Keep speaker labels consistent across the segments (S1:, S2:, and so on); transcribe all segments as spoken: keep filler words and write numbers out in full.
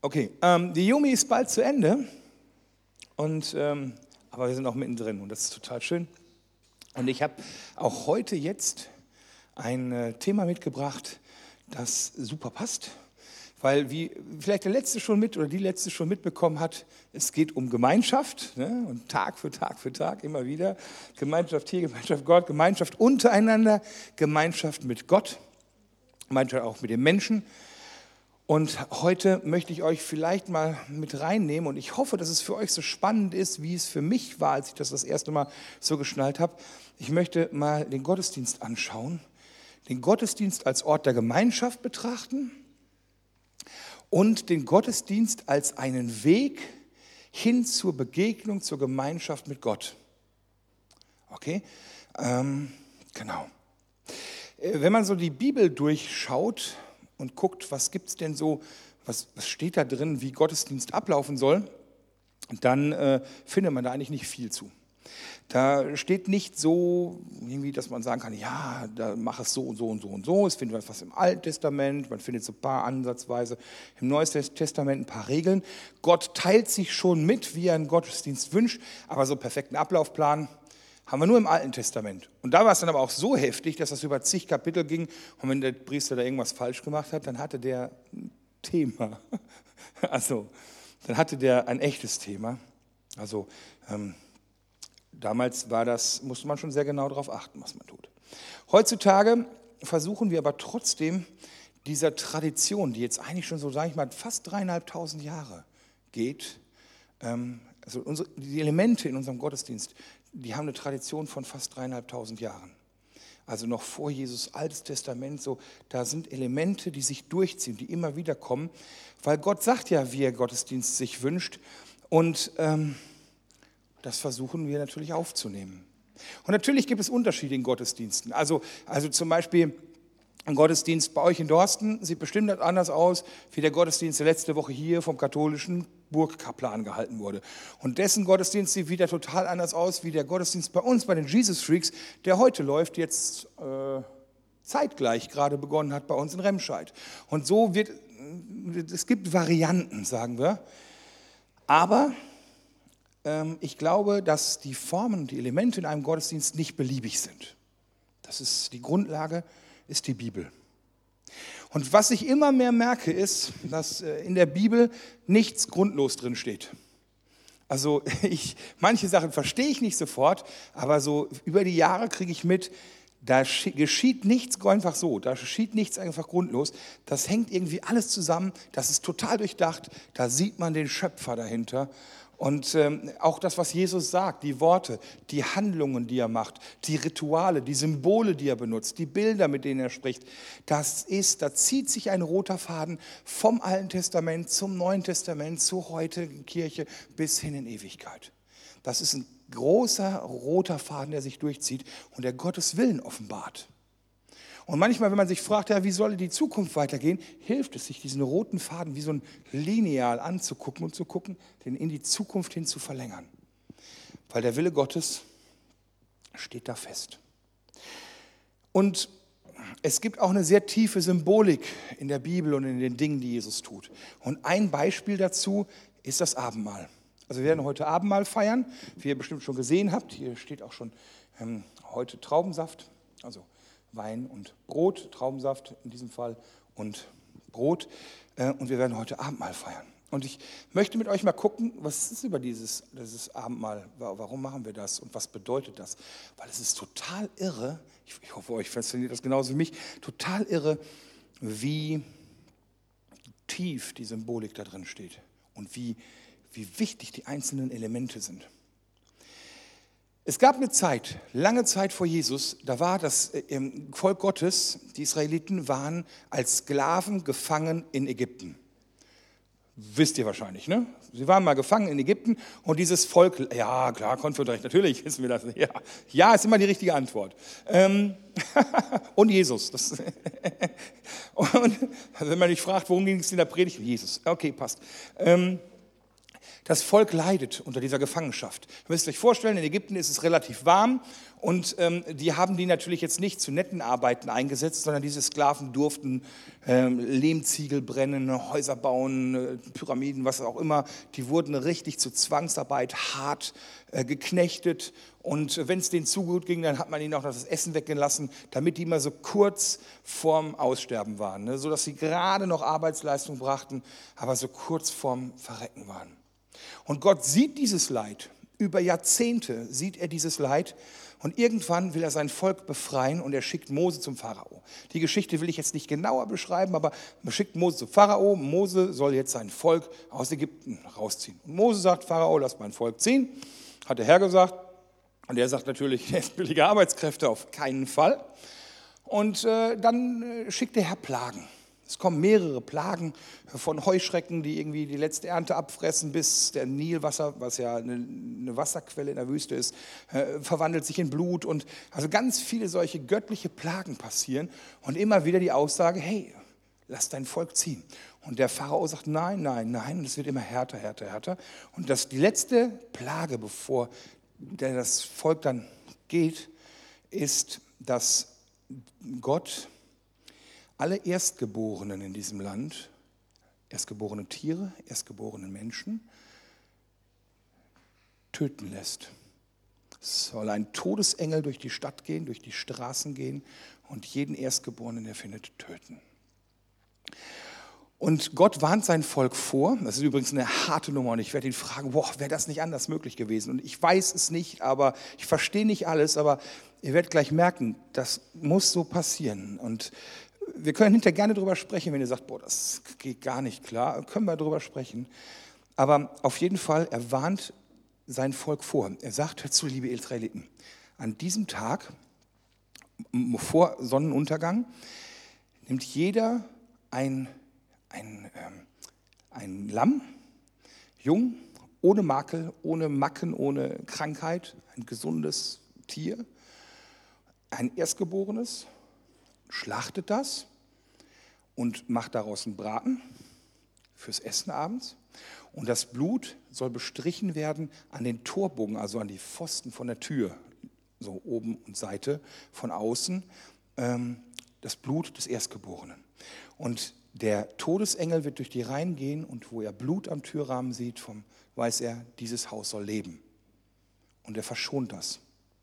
S1: Okay, ähm, die Yumi ist bald zu Ende, und, ähm, aber wir sind auch mittendrin und das ist total schön. Und ich habe auch heute jetzt ein äh, Thema mitgebracht, das super passt, weil wie vielleicht der Letzte schon mit oder die Letzte schon mitbekommen hat, es geht um Gemeinschaft, ne? Und Tag für Tag für Tag immer wieder Gemeinschaft hier, Gemeinschaft Gott, Gemeinschaft untereinander, Gemeinschaft mit Gott, Gemeinschaft auch mit den Menschen. Und heute möchte ich euch vielleicht mal mit reinnehmen und ich hoffe, dass es für euch so spannend ist, wie es für mich war, als ich das das erste Mal so geschnallt habe. Ich möchte mal den Gottesdienst anschauen, den Gottesdienst als Ort der Gemeinschaft betrachten und den Gottesdienst als einen Weg hin zur Begegnung, zur Gemeinschaft mit Gott. Okay, ähm, genau. Wenn man so die Bibel durchschaut und guckt, was gibt es denn so, was, was steht da drin, wie Gottesdienst ablaufen soll, dann äh, findet man da eigentlich nicht viel zu. Da steht nicht so, irgendwie, dass man sagen kann, ja, da mach es so und so und so und so. Es findet man was im Alten Testament, man findet so ein paar Ansatzweise im Neuen Testament, ein paar Regeln. Gott teilt sich schon mit, wie er einen Gottesdienst wünscht, aber so einen perfekten Ablaufplan haben wir nur im Alten Testament. Und da war es dann aber auch so heftig, dass das über zig Kapitel ging. Und wenn der Priester da irgendwas falsch gemacht hat, dann hatte der ein Thema. Also, dann hatte der ein echtes Thema. Also, ähm, damals war das, musste man schon sehr genau darauf achten, was man tut. Heutzutage versuchen wir aber trotzdem dieser Tradition, die jetzt eigentlich schon so, sage ich mal, fast dreieinhalbtausend Jahre geht, ähm, also unsere, die Elemente in unserem Gottesdienst, die haben eine Tradition von fast dreieinhalbtausend Jahren. Also noch vor Jesus, Altes Testament, so, da sind Elemente, die sich durchziehen, die immer wieder kommen, weil Gott sagt ja, wie er Gottesdienst sich wünscht, und ähm, das versuchen wir natürlich aufzunehmen. Und natürlich gibt es Unterschiede in Gottesdiensten. Also, also zum Beispiel ein Gottesdienst bei euch in Dorsten sieht bestimmt anders aus, wie der Gottesdienst der letzte Woche hier vom katholischen Burgkaplan gehalten wurde. Und dessen Gottesdienst sieht wieder total anders aus, wie der Gottesdienst bei uns, bei den Jesus Freaks, der heute läuft, jetzt äh, zeitgleich gerade begonnen hat bei uns in Remscheid. Und so wird, es gibt Varianten, sagen wir. Aber ähm, ich glaube, dass die Formen und die Elemente in einem Gottesdienst nicht beliebig sind. Das ist die Grundlage, ist die Bibel. Und was ich immer mehr merke, ist, dass in der Bibel nichts grundlos drin steht. Also ich, manche Sachen verstehe ich nicht sofort, aber so über die Jahre kriege ich mit, da geschieht nichts einfach so, da geschieht nichts einfach grundlos. Das hängt irgendwie alles zusammen, das ist total durchdacht, da sieht man den Schöpfer dahinter. Und ähm, auch das, was Jesus sagt, die Worte, die Handlungen, die er macht, die Rituale, die Symbole, die er benutzt, die Bilder, mit denen er spricht, das ist, da zieht sich ein roter Faden vom Alten Testament zum Neuen Testament, zur heutigen Kirche bis hin in Ewigkeit. Das ist ein großer roter Faden, der sich durchzieht und der Gottes Willen offenbart. Und manchmal, wenn man sich fragt, ja, wie soll die Zukunft weitergehen, hilft es sich, diesen roten Faden wie so ein Lineal anzugucken und zu gucken, den in die Zukunft hin zu verlängern. Weil der Wille Gottes steht da fest. Und es gibt auch eine sehr tiefe Symbolik in der Bibel und in den Dingen, die Jesus tut. Und ein Beispiel dazu ist das Abendmahl. Also wir werden heute Abendmahl feiern, wie ihr bestimmt schon gesehen habt. Hier steht auch schon ähm, heute Traubensaft, also Wein und Brot, Traubensaft in diesem Fall und Brot. Und wir werden heute Abendmahl feiern. Und ich möchte mit euch mal gucken, was ist über dieses, dieses Abendmahl, warum machen wir das und was bedeutet das? Weil es ist total irre, ich hoffe, euch fasziniert das genauso wie mich, total irre, wie tief die Symbolik da drin steht und wie, wie wichtig die einzelnen Elemente sind. Es gab eine Zeit, lange Zeit vor Jesus, da war das Volk Gottes, die Israeliten waren als Sklaven gefangen in Ägypten. Wisst ihr wahrscheinlich, ne? Sie waren mal gefangen in Ägypten und dieses Volk, ja klar, Konföderat, natürlich wissen wir das. Ja, ja, ist immer die richtige Antwort. Ähm, und Jesus. Das und also wenn man dich fragt, worum ging es in der Predigt? Jesus. Okay, passt. Ähm, Das Volk leidet unter dieser Gefangenschaft. Ihr müsst euch vorstellen, in Ägypten ist es relativ warm Und ähm, die haben die natürlich jetzt nicht zu netten Arbeiten eingesetzt, sondern diese Sklaven durften ähm, Lehmziegel brennen, Häuser bauen, äh, Pyramiden, was auch immer. Die wurden richtig zur Zwangsarbeit hart äh, geknechtet. Und wenn es denen zu gut ging, dann hat man ihnen auch noch das Essen weggelassen, damit die immer so kurz vorm Aussterben waren, ne? Sodass sie gerade noch Arbeitsleistung brachten, aber so kurz vorm Verrecken waren. Und Gott sieht dieses Leid. Über Jahrzehnte sieht er dieses Leid und irgendwann will er sein Volk befreien und er schickt Mose zum Pharao. Die Geschichte will ich jetzt nicht genauer beschreiben, aber er schickt Mose zum Pharao. Mose soll jetzt sein Volk aus Ägypten rausziehen. Und Mose sagt, Pharao, lass mein Volk ziehen. Hat der Herr gesagt. Und er sagt natürlich, billige Arbeitskräfte auf keinen Fall. Und äh, dann äh, schickt der Herr Plagen. Es kommen mehrere Plagen von Heuschrecken, die irgendwie die letzte Ernte abfressen, bis der Nilwasser, was ja eine, eine Wasserquelle in der Wüste ist, äh, verwandelt sich in Blut. Und also ganz viele solche göttliche Plagen passieren. Und immer wieder die Aussage, hey, lass dein Volk ziehen. Und der Pharao sagt, nein, nein, nein. Und es wird immer härter, härter, härter. Und das, die letzte Plage, bevor der das Volk dann geht, ist, dass Gott alle Erstgeborenen in diesem Land, erstgeborene Tiere, erstgeborene Menschen, töten lässt. Es soll ein Todesengel durch die Stadt gehen, durch die Straßen gehen und jeden Erstgeborenen, der findet, töten. Und Gott warnt sein Volk vor. Das ist übrigens eine harte Nummer und ich werde ihn fragen, boah, wäre das nicht anders möglich gewesen? Und ich weiß es nicht, aber ich verstehe nicht alles, aber ihr werdet gleich merken, das muss so passieren. Und wir können hinterher gerne drüber sprechen, wenn ihr sagt, boah, das geht gar nicht klar, können wir drüber sprechen. Aber auf jeden Fall, er warnt sein Volk vor. Er sagt, hört zu, liebe Israeliten, an diesem Tag, vor Sonnenuntergang, nimmt jeder ein, ein, ähm, ein Lamm, jung, ohne Makel, ohne Macken, ohne Krankheit, ein gesundes Tier, ein Erstgeborenes, schlachtet das und macht daraus einen Braten fürs Essen abends. Und das Blut soll bestrichen werden an den Torbogen, also an die Pfosten von der Tür, so oben und Seite von außen, ähm, das Blut des Erstgeborenen. Und der Todesengel wird durch die Reihen gehen und wo er Blut am Türrahmen sieht, vom, weiß er, dieses Haus soll leben. Und er verschont das.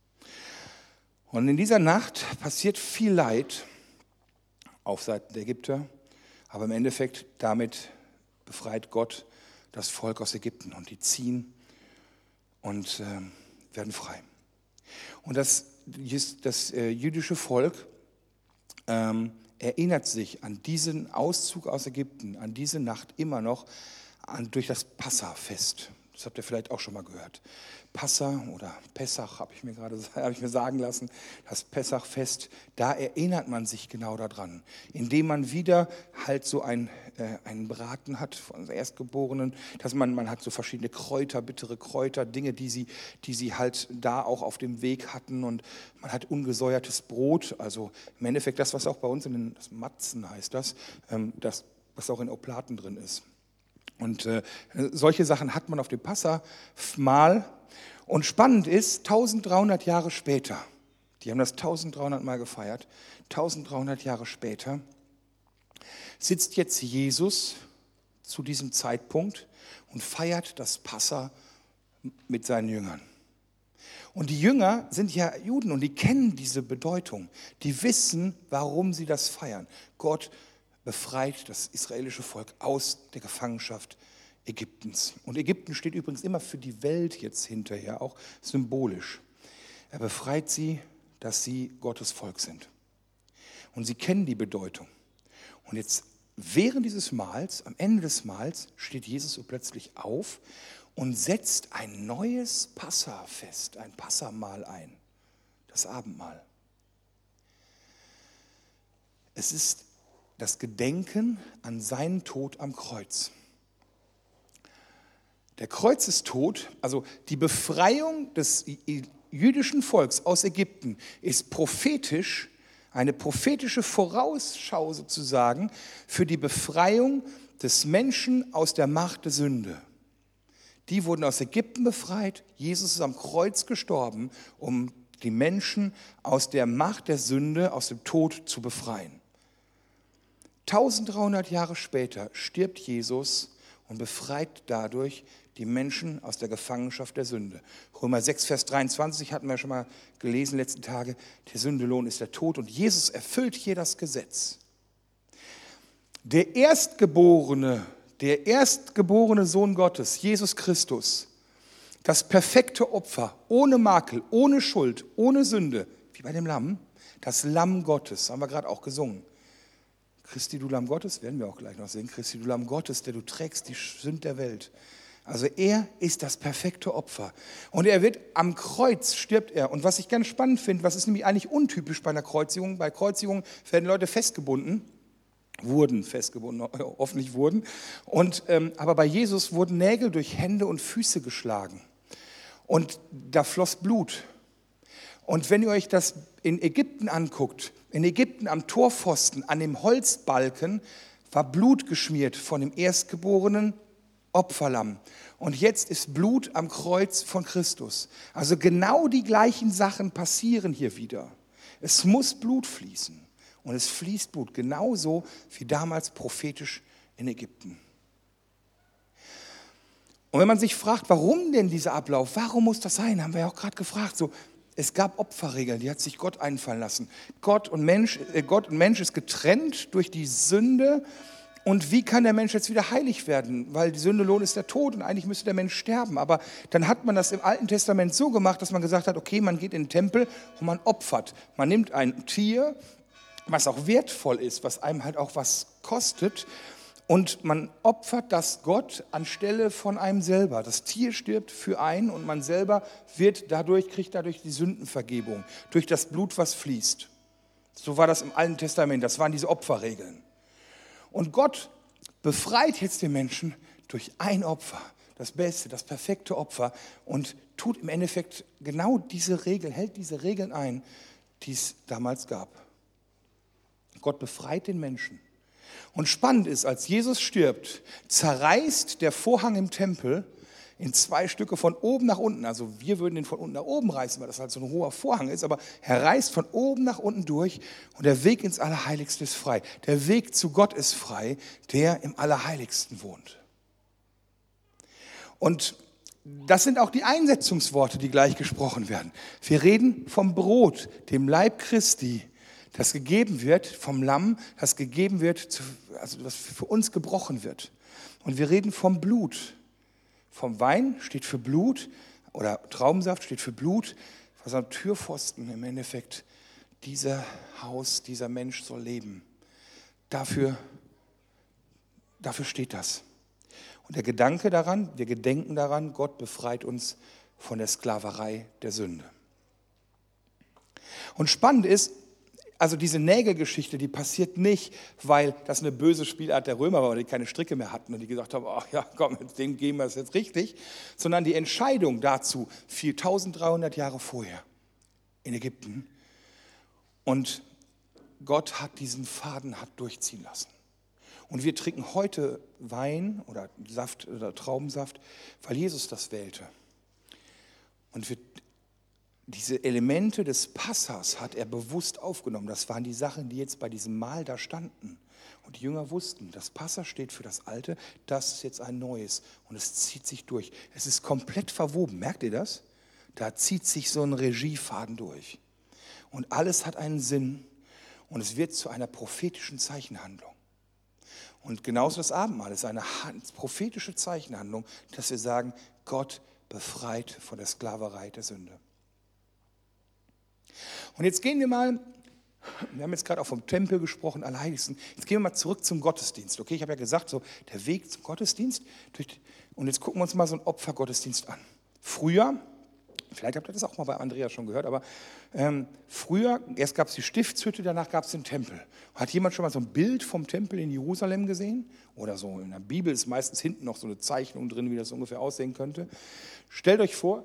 S1: Und in dieser Nacht passiert viel Leid auf Seiten der Ägypter, aber im Endeffekt damit befreit Gott das Volk aus Ägypten und die ziehen und äh, werden frei. Und das, das äh, jüdische Volk ähm, erinnert sich an diesen Auszug aus Ägypten, an diese Nacht immer noch an, durch das Passafest. Das habt ihr vielleicht auch schon mal gehört. Passa oder Pessach, habe ich mir gerade hab ich mir sagen lassen, das Pessachfest, da erinnert man sich genau daran, indem man wieder halt so ein, äh, einen Braten hat von Erstgeborenen, dass man, man hat so verschiedene Kräuter, bittere Kräuter, Dinge, die sie, die sie halt da auch auf dem Weg hatten und man hat ungesäuertes Brot, also im Endeffekt das, was auch bei uns in den das Matzen heißt das, ähm, das, was auch in Oplaten drin ist. Und äh, solche Sachen hat man auf dem Passa-Mahl. Und spannend ist, dreizehnhundert Jahre später, die haben das dreizehnhundert Mal gefeiert, dreizehnhundert Jahre später sitzt jetzt Jesus zu diesem Zeitpunkt und feiert das Passa mit seinen Jüngern. Und die Jünger sind ja Juden und die kennen diese Bedeutung. Die wissen, warum sie das feiern. Gott befreit das israelische Volk aus der Gefangenschaft Ägyptens. Und Ägypten steht übrigens immer für die Welt jetzt hinterher, auch symbolisch. Er befreit sie, dass sie Gottes Volk sind. Und sie kennen die Bedeutung. Und jetzt während dieses Mahls, am Ende des Mahls, steht Jesus so plötzlich auf und setzt ein neues Passafest, ein Passamahl ein, das Abendmahl. Es ist das Gedenken an seinen Tod am Kreuz. Der Kreuzestod, also die Befreiung des jüdischen Volks aus Ägypten, ist prophetisch, eine prophetische Vorausschau sozusagen für die Befreiung des Menschen aus der Macht der Sünde. Die wurden aus Ägypten befreit, Jesus ist am Kreuz gestorben, um die Menschen aus der Macht der Sünde, aus dem Tod zu befreien. dreizehnhundert Jahre später stirbt Jesus und befreit dadurch die Menschen aus der Gefangenschaft der Sünde. Römer sechs, Vers dreiundzwanzig hatten wir schon mal gelesen in den letzten Tagen. Der Sündelohn ist der Tod und Jesus erfüllt hier das Gesetz. Der Erstgeborene, der erstgeborene Sohn Gottes, Jesus Christus, das perfekte Opfer, ohne Makel, ohne Schuld, ohne Sünde, wie bei dem Lamm, das Lamm Gottes, haben wir gerade auch gesungen. Christi, du Lamm Gottes, werden wir auch gleich noch sehen. Christi, du Lamm Gottes, der du trägst die Sünde der Welt. Also er ist das perfekte Opfer. Und er wird am Kreuz, stirbt er. Und was ich ganz spannend finde, was ist nämlich eigentlich untypisch bei einer Kreuzigung, bei Kreuzigungen werden Leute festgebunden, wurden festgebunden, hoffentlich wurden. Und, ähm, aber bei Jesus wurden Nägel durch Hände und Füße geschlagen. Und da floss Blut. Und wenn ihr euch das in Ägypten anguckt, in Ägypten am Torpfosten, an dem Holzbalken, war Blut geschmiert von dem erstgeborenen Opferlamm. Und jetzt ist Blut am Kreuz von Christus. Also genau die gleichen Sachen passieren hier wieder. Es muss Blut fließen. Und es fließt Blut, genauso wie damals prophetisch in Ägypten. Und wenn man sich fragt, warum denn dieser Ablauf, warum muss das sein, haben wir ja auch gerade gefragt. So, es gab Opferregeln, die hat sich Gott einfallen lassen. Gott und Mensch, äh, Gott und Mensch ist getrennt durch die Sünde. Und wie kann der Mensch jetzt wieder heilig werden? Weil die Sündelohn ist der Tod und eigentlich müsste der Mensch sterben. Aber dann hat man das im Alten Testament so gemacht, dass man gesagt hat, okay, man geht in den Tempel und man opfert. Man nimmt ein Tier, was auch wertvoll ist, was einem halt auch was kostet. Und man opfert das Gott anstelle von einem selber. Das Tier stirbt für einen und man selber wird dadurch, kriegt dadurch die Sündenvergebung, durch das Blut, was fließt. So war das im Alten Testament, das waren diese Opferregeln. Und Gott befreit jetzt den Menschen durch ein Opfer, das beste, das perfekte Opfer und tut im Endeffekt genau diese Regeln, hält diese Regeln ein, die es damals gab. Gott befreit den Menschen. Und spannend ist, als Jesus stirbt, zerreißt der Vorhang im Tempel in zwei Stücke von oben nach unten. Also wir würden den von unten nach oben reißen, weil das halt so ein hoher Vorhang ist. Aber er reißt von oben nach unten durch und der Weg ins Allerheiligste ist frei. Der Weg zu Gott ist frei, der im Allerheiligsten wohnt. Und das sind auch die Einsetzungsworte, die gleich gesprochen werden. Wir reden vom Brot, dem Leib Christi, das gegeben wird, vom Lamm, das gegeben wird, also was für uns gebrochen wird. Und wir reden vom Blut. Vom Wein steht für Blut oder Traubensaft steht für Blut, was am Türpfosten im Endeffekt dieser Haus, dieser Mensch soll leben. Dafür, dafür steht das. Und der Gedanke daran, wir gedenken daran, Gott befreit uns von der Sklaverei der Sünde. Und spannend ist, also diese Nägelgeschichte, die passiert nicht, weil das eine böse Spielart der Römer war und die keine Stricke mehr hatten und die gesagt haben, ach ja, komm, dem geben wir es jetzt richtig, sondern die Entscheidung dazu fiel dreizehnhundert Jahre vorher in Ägypten und Gott hat diesen Faden hat durchziehen lassen. Und wir trinken heute Wein oder Saft oder Traubensaft, weil Jesus das wählte. Und wir Diese Elemente des Passas hat er bewusst aufgenommen. Das waren die Sachen, die jetzt bei diesem Mahl da standen. Und die Jünger wussten, das Passa steht für das Alte, das ist jetzt ein Neues. Und es zieht sich durch. Es ist komplett verwoben. Merkt ihr das? Da zieht sich so ein Regiefaden durch. Und alles hat einen Sinn. Und es wird zu einer prophetischen Zeichenhandlung. Und genauso das Abendmahl ist eine prophetische Zeichenhandlung, dass wir sagen, Gott befreit von der Sklaverei der Sünde. Und jetzt gehen wir mal, wir haben jetzt gerade auch vom Tempel gesprochen, Allerheiligsten, jetzt gehen wir mal zurück zum Gottesdienst. Okay, ich habe ja gesagt, so der Weg zum Gottesdienst, und jetzt gucken wir uns mal so einen Opfergottesdienst an. Früher, vielleicht habt ihr das auch mal bei Andreas schon gehört, aber ähm, früher, erst gab es die Stiftshütte, danach gab es den Tempel. Hat jemand schon mal so ein Bild vom Tempel in Jerusalem gesehen? Oder so, in der Bibel ist meistens hinten noch so eine Zeichnung drin, wie das ungefähr aussehen könnte. Stellt euch vor,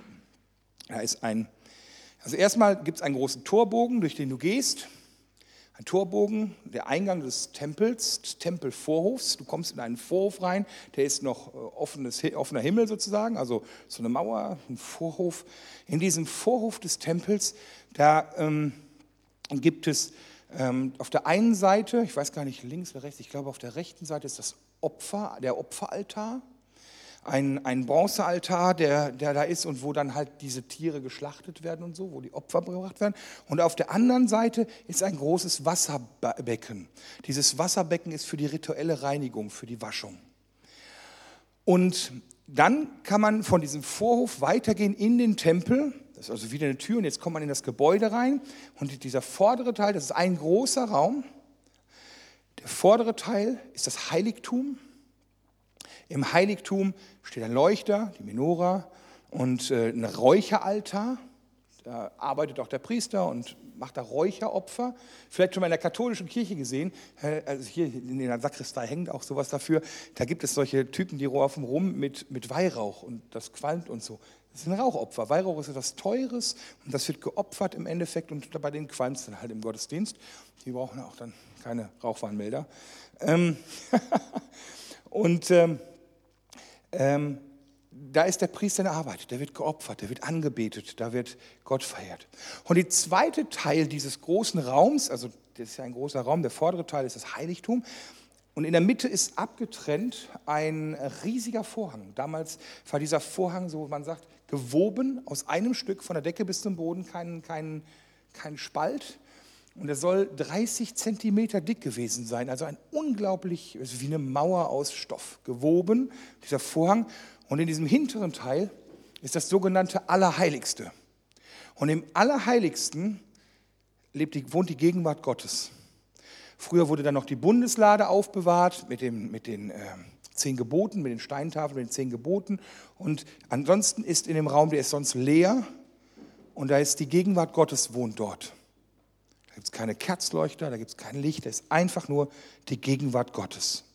S1: da ist ein Also erstmal gibt es einen großen Torbogen, durch den du gehst. Ein Torbogen, der Eingang des Tempels, des Tempelvorhofs. Du kommst in einen Vorhof rein, der ist noch offenes, offener Himmel sozusagen, also so eine Mauer, ein Vorhof. In diesem Vorhof des Tempels, da ähm, gibt es ähm, auf der einen Seite, ich weiß gar nicht links oder rechts, ich glaube auf der rechten Seite ist das Opfer, der Opferaltar. Ein, ein Bronzealtar, der, der da ist und wo dann halt diese Tiere geschlachtet werden und so, wo die Opfer gebracht werden. Und auf der anderen Seite ist ein großes Wasserbecken. Dieses Wasserbecken ist für die rituelle Reinigung, für die Waschung. Und dann kann man von diesem Vorhof weitergehen in den Tempel. Das ist also wieder eine Tür und jetzt kommt man in das Gebäude rein. Und dieser vordere Teil, das ist ein großer Raum. Der vordere Teil ist das Heiligtum. Im Heiligtum steht ein Leuchter, die Menora und äh, ein Räucheraltar. Da arbeitet auch der Priester und macht da Räucheropfer. Vielleicht schon mal in der katholischen Kirche gesehen, äh, also hier in der Sakristei hängt auch sowas dafür. Da gibt es solche Typen, die laufen rum mit, mit Weihrauch und das qualmt und so. Das ist ein Rauchopfer. Weihrauch ist etwas Teures und das wird geopfert im Endeffekt und bei denen qualmt es dann halt im Gottesdienst. Die brauchen auch dann keine Rauchwarnmelder. Ähm und ähm, Ähm, da ist der Priester in der Arbeit, der wird geopfert, der wird angebetet, da wird Gott verehrt. Und der zweite Teil dieses großen Raums, also das ist ja ein großer Raum, der vordere Teil ist das Heiligtum und in der Mitte ist abgetrennt ein riesiger Vorhang. Damals war dieser Vorhang, so man sagt, gewoben aus einem Stück von der Decke bis zum Boden, kein, kein, kein Spalt. Und er soll dreißig Zentimeter dick gewesen sein, also ein unglaublich, also wie eine Mauer aus Stoff, gewoben, dieser Vorhang. Und in diesem hinteren Teil ist das sogenannte Allerheiligste. Und im Allerheiligsten lebt die, wohnt die Gegenwart Gottes. Früher wurde dann noch die Bundeslade aufbewahrt mit, dem, mit den äh, zehn Geboten, mit den Steintafeln, mit den zehn Geboten. Und ansonsten ist in dem Raum, der ist sonst leer und da ist die Gegenwart Gottes wohnt dort. Da gibt es keine Kerzleuchter, da gibt es kein Licht, da ist einfach nur die Gegenwart Gottes.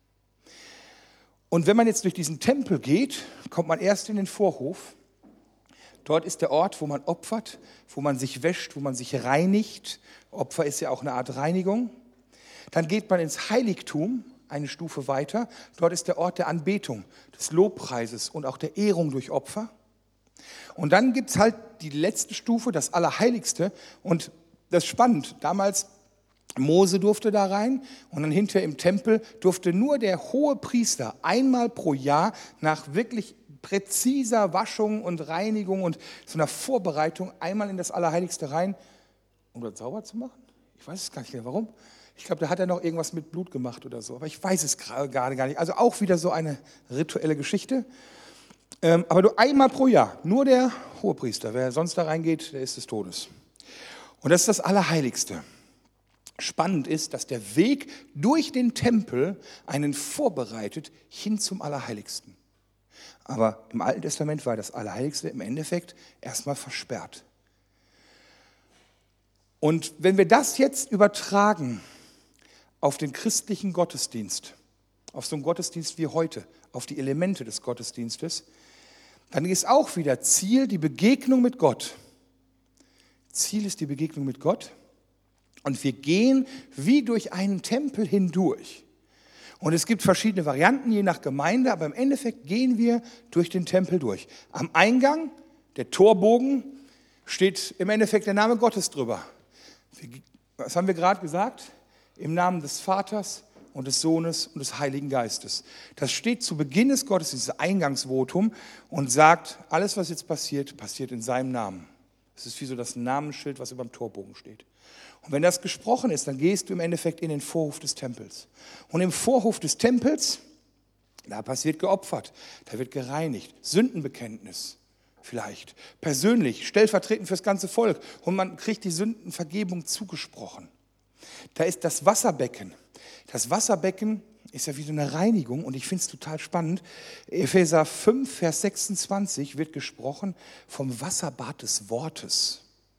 S1: Und wenn man jetzt durch diesen Tempel geht, kommt man erst in den Vorhof. Dort ist der Ort, wo man opfert, wo man sich wäscht, wo man sich reinigt. Opfer ist ja auch eine Art Reinigung. Dann geht man ins Heiligtum, eine Stufe weiter. Dort ist der Ort der Anbetung, des Lobpreises und auch der Ehrung durch Opfer. Und dann gibt es halt die letzte Stufe, das Allerheiligste. Und das ist spannend. Damals, Mose durfte da rein und dann hinterher im Tempel durfte nur der hohe Priester einmal pro Jahr nach wirklich präziser Waschung und Reinigung und so einer Vorbereitung einmal in das Allerheiligste rein, um dort sauber zu machen. Ich weiß es gar nicht mehr, warum. Ich glaube, da hat er noch irgendwas mit Blut gemacht oder so, aber ich weiß es gerade gar nicht. Also auch wieder so eine rituelle Geschichte. Ähm, aber nur einmal pro Jahr, nur der Hohepriester. Wer sonst da reingeht, der ist des Todes. Und das ist das Allerheiligste. Spannend ist, dass der Weg durch den Tempel einen vorbereitet hin zum Allerheiligsten. Aber im Alten Testament war das Allerheiligste im Endeffekt erstmal versperrt. Und wenn wir das jetzt übertragen auf den christlichen Gottesdienst, auf so einen Gottesdienst wie heute, auf die Elemente des Gottesdienstes, dann ist auch wieder Ziel die Begegnung mit Gott. Ziel ist die Begegnung mit Gott und wir gehen wie durch einen Tempel hindurch. Und es gibt verschiedene Varianten, je nach Gemeinde, aber im Endeffekt gehen wir durch den Tempel durch. Am Eingang, der Torbogen, steht im Endeffekt der Name Gottes drüber. Was haben wir gerade gesagt? Im Namen des Vaters und des Sohnes und des Heiligen Geistes. Das steht zu Beginn des Gottesdienstes, dieses Eingangsvotum, und sagt, alles, was jetzt passiert, passiert in seinem Namen. Es ist wie so das Namensschild, was über dem Torbogen steht. Und wenn das gesprochen ist, dann gehst du im Endeffekt in den Vorhof des Tempels. Und im Vorhof des Tempels, da passiert geopfert, da wird gereinigt, Sündenbekenntnis vielleicht, persönlich, stellvertretend fürs ganze Volk. Und man kriegt die Sündenvergebung zugesprochen. Da ist das Wasserbecken. Das Wasserbecken ist ja wie so eine Reinigung und ich finde es total spannend. Epheser fünf, Vers sechsundzwanzig wird gesprochen vom Wasserbad des Wortes.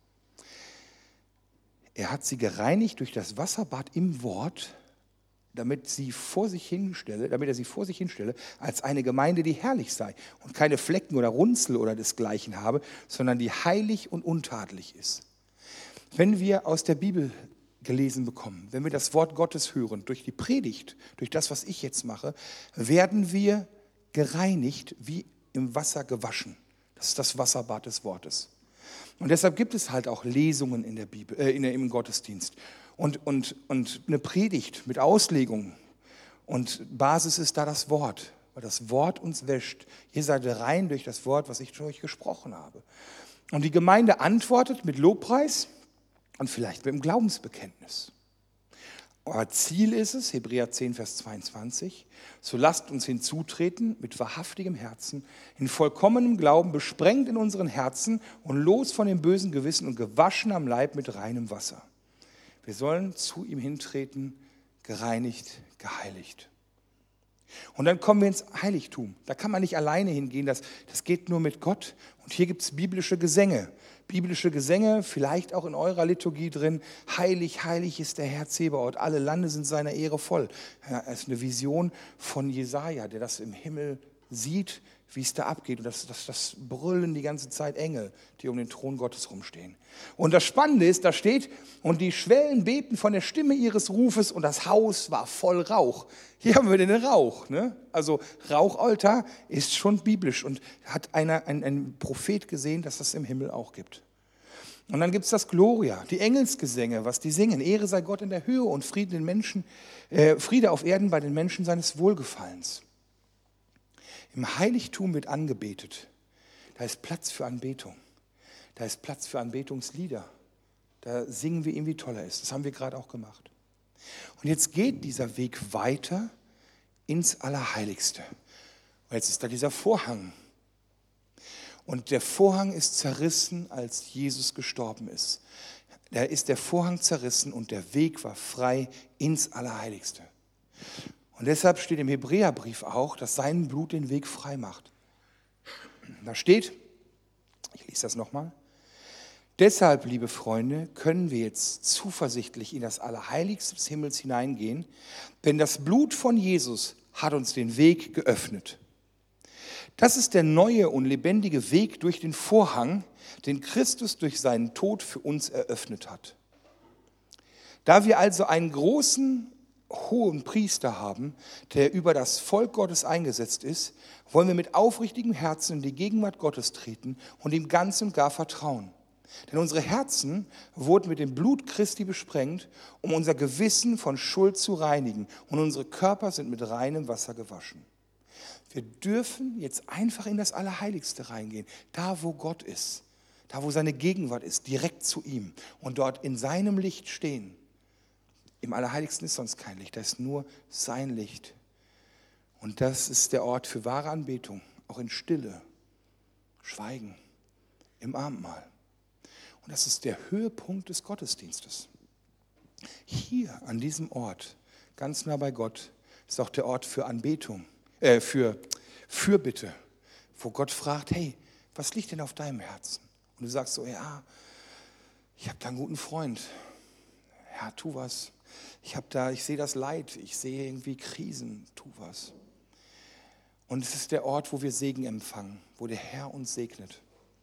S1: Er hat sie gereinigt durch das Wasserbad im Wort, damit, sie vor sich hinstelle, damit er sie vor sich hinstelle, als eine Gemeinde, die herrlich sei und keine Flecken oder Runzel oder desgleichen habe, sondern die heilig und untadelig ist. Wenn wir aus der Bibel gelesen bekommen, wenn wir das Wort Gottes hören, durch die Predigt, durch das, was ich jetzt mache, werden wir gereinigt, wie im Wasser gewaschen. Das ist das Wasserbad des Wortes. Und deshalb gibt es halt auch Lesungen in der Bibel, äh, in der, im Gottesdienst und, und, und eine Predigt mit Auslegung. Und Basis ist da das Wort, weil das Wort uns wäscht. Ihr seid rein durch das Wort, was ich zu euch gesprochen habe. Und die Gemeinde antwortet mit Lobpreis und vielleicht mit dem Glaubensbekenntnis. Aber Ziel ist es, Hebräer zehn, Vers zweiundzwanzig, so lasst uns hinzutreten mit wahrhaftigem Herzen, in vollkommenem Glauben, besprengt in unseren Herzen und los von dem bösen Gewissen und gewaschen am Leib mit reinem Wasser. Wir sollen zu ihm hintreten, gereinigt, geheiligt. Und dann kommen wir ins Heiligtum. Da kann man nicht alleine hingehen, das, das geht nur mit Gott. Und hier gibt es biblische Gesänge. Biblische Gesänge, vielleicht auch in eurer Liturgie drin. Heilig, heilig ist der Herr Zebaoth, alle Lande sind seiner Ehre voll. Ja, das ist eine Vision von Jesaja, der das im Himmel sieht, wie es da abgeht. Und das, das, das brüllen die ganze Zeit Engel, die um den Thron Gottes rumstehen. Und das Spannende ist, da steht, und die Schwellen bebten von der Stimme ihres Rufes und das Haus war voll Rauch. Hier haben wir den Rauch. Ne? Also Rauchaltar ist schon biblisch und hat einer, ein, ein Prophet gesehen, dass das im Himmel auch gibt. Und dann gibt es das Gloria, die Engelsgesänge, was die singen. Ehre sei Gott in der Höhe und Friede, den Menschen, äh, Friede auf Erden bei den Menschen seines Wohlgefallens. Im Heiligtum wird angebetet. Da ist Platz für Anbetung. Da ist Platz für Anbetungslieder. Da singen wir ihm, wie toll er ist. Das haben wir gerade auch gemacht. Und jetzt geht dieser Weg weiter ins Allerheiligste. Und jetzt ist da dieser Vorhang. Und der Vorhang ist zerrissen, als Jesus gestorben ist. Da ist der Vorhang zerrissen und der Weg war frei ins Allerheiligste. Und deshalb steht im Hebräerbrief auch, dass sein Blut den Weg frei macht. Da steht, ich lese das nochmal, deshalb, liebe Freunde, können wir jetzt zuversichtlich in das Allerheiligste des Himmels hineingehen, denn das Blut von Jesus hat uns den Weg geöffnet. Das ist der neue und lebendige Weg durch den Vorhang, den Christus durch seinen Tod für uns eröffnet hat. Da wir also einen großen hohen Priester haben, der über das Volk Gottes eingesetzt ist, wollen wir mit aufrichtigem Herzen in die Gegenwart Gottes treten und ihm ganz und gar vertrauen. Denn unsere Herzen wurden mit dem Blut Christi besprengt, um unser Gewissen von Schuld zu reinigen, und unsere Körper sind mit reinem Wasser gewaschen. Wir dürfen jetzt einfach in das Allerheiligste reingehen, da wo Gott ist, da wo seine Gegenwart ist, direkt zu ihm und dort in seinem Licht stehen. Im Allerheiligsten ist sonst kein Licht, da ist nur sein Licht. Und das ist der Ort für wahre Anbetung, auch in Stille, Schweigen, im Abendmahl. Und das ist der Höhepunkt des Gottesdienstes. Hier an diesem Ort, ganz nah bei Gott, ist auch der Ort für Anbetung, äh, für Fürbitte, wo Gott fragt, hey, was liegt denn auf deinem Herzen? Und du sagst so, ja, ich habe da einen guten Freund. Ja, tu was. Ich habe da, ich sehe das Leid, ich sehe irgendwie Krisen, tu was. Und es ist der Ort, wo wir Segen empfangen, wo der Herr uns segnet.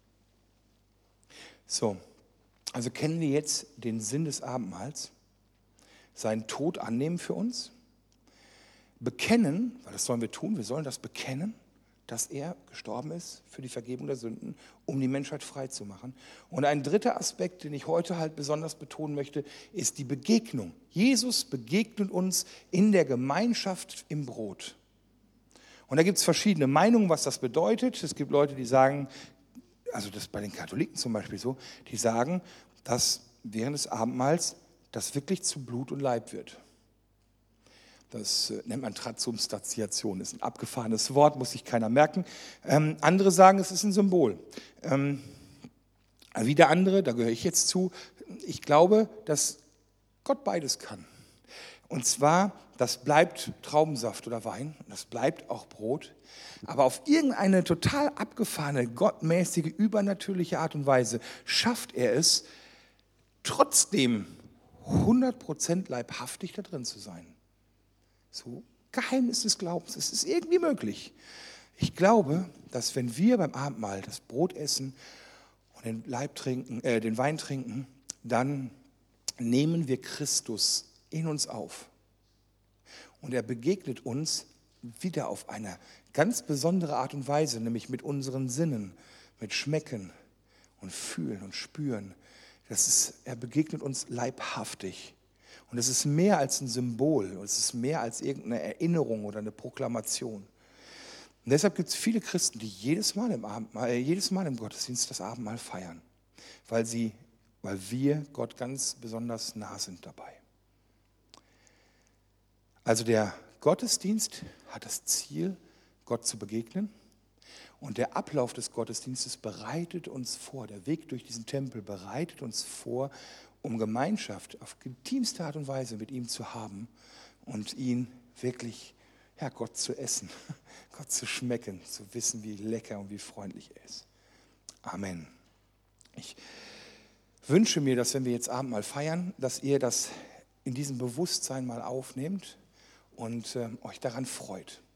S1: So, also kennen wir jetzt den Sinn des Abendmahls, seinen Tod annehmen für uns, bekennen, weil das sollen wir tun, wir sollen das bekennen, dass er gestorben ist für die Vergebung der Sünden, um die Menschheit frei zu machen. Und ein dritter Aspekt, den ich heute halt besonders betonen möchte, ist die Begegnung. Jesus begegnet uns in der Gemeinschaft im Brot. Und da gibt es verschiedene Meinungen, was das bedeutet. Es gibt Leute, die sagen, also das ist bei den Katholiken zum Beispiel so, die sagen, dass während des Abendmahls das wirklich zu Blut und Leib wird. Das nennt man Transubstantiation, ist ein abgefahrenes Wort, muss sich keiner merken. Ähm, andere sagen, es ist ein Symbol. Ähm, wieder andere, da gehöre ich jetzt zu, ich glaube, dass Gott beides kann. Und zwar, das bleibt Traubensaft oder Wein, das bleibt auch Brot, aber auf irgendeine total abgefahrene, gottmäßige, übernatürliche Art und Weise schafft er es, trotzdem hundert Prozent leibhaftig da drin zu sein. So, Geheimnis des Glaubens, es ist irgendwie möglich. Ich glaube, dass wenn wir beim Abendmahl das Brot essen und den Leib trinken, äh, den Wein trinken, dann nehmen wir Christus in uns auf. Und er begegnet uns wieder auf eine ganz besondere Art und Weise, nämlich mit unseren Sinnen, mit Schmecken und Fühlen und Spüren. Das ist, er begegnet uns leibhaftig. Und es ist mehr als ein Symbol, es ist mehr als irgendeine Erinnerung oder eine Proklamation. Und deshalb gibt es viele Christen, die jedes Mal im Abendmahl, äh, jedes Mal im Gottesdienst das Abendmahl feiern, weil, sie, weil wir Gott ganz besonders nah sind dabei. Also der Gottesdienst hat das Ziel, Gott zu begegnen. Und der Ablauf des Gottesdienstes bereitet uns vor, der Weg durch diesen Tempel bereitet uns vor, um Gemeinschaft auf intimste Art und Weise mit ihm zu haben und ihn wirklich, ja, Gott zu essen, Gott zu schmecken, zu wissen, wie lecker und wie freundlich er ist. Amen. Ich wünsche mir, dass wenn wir jetzt Abendmahl feiern, dass ihr das in diesem Bewusstsein mal aufnehmt und äh, euch daran freut.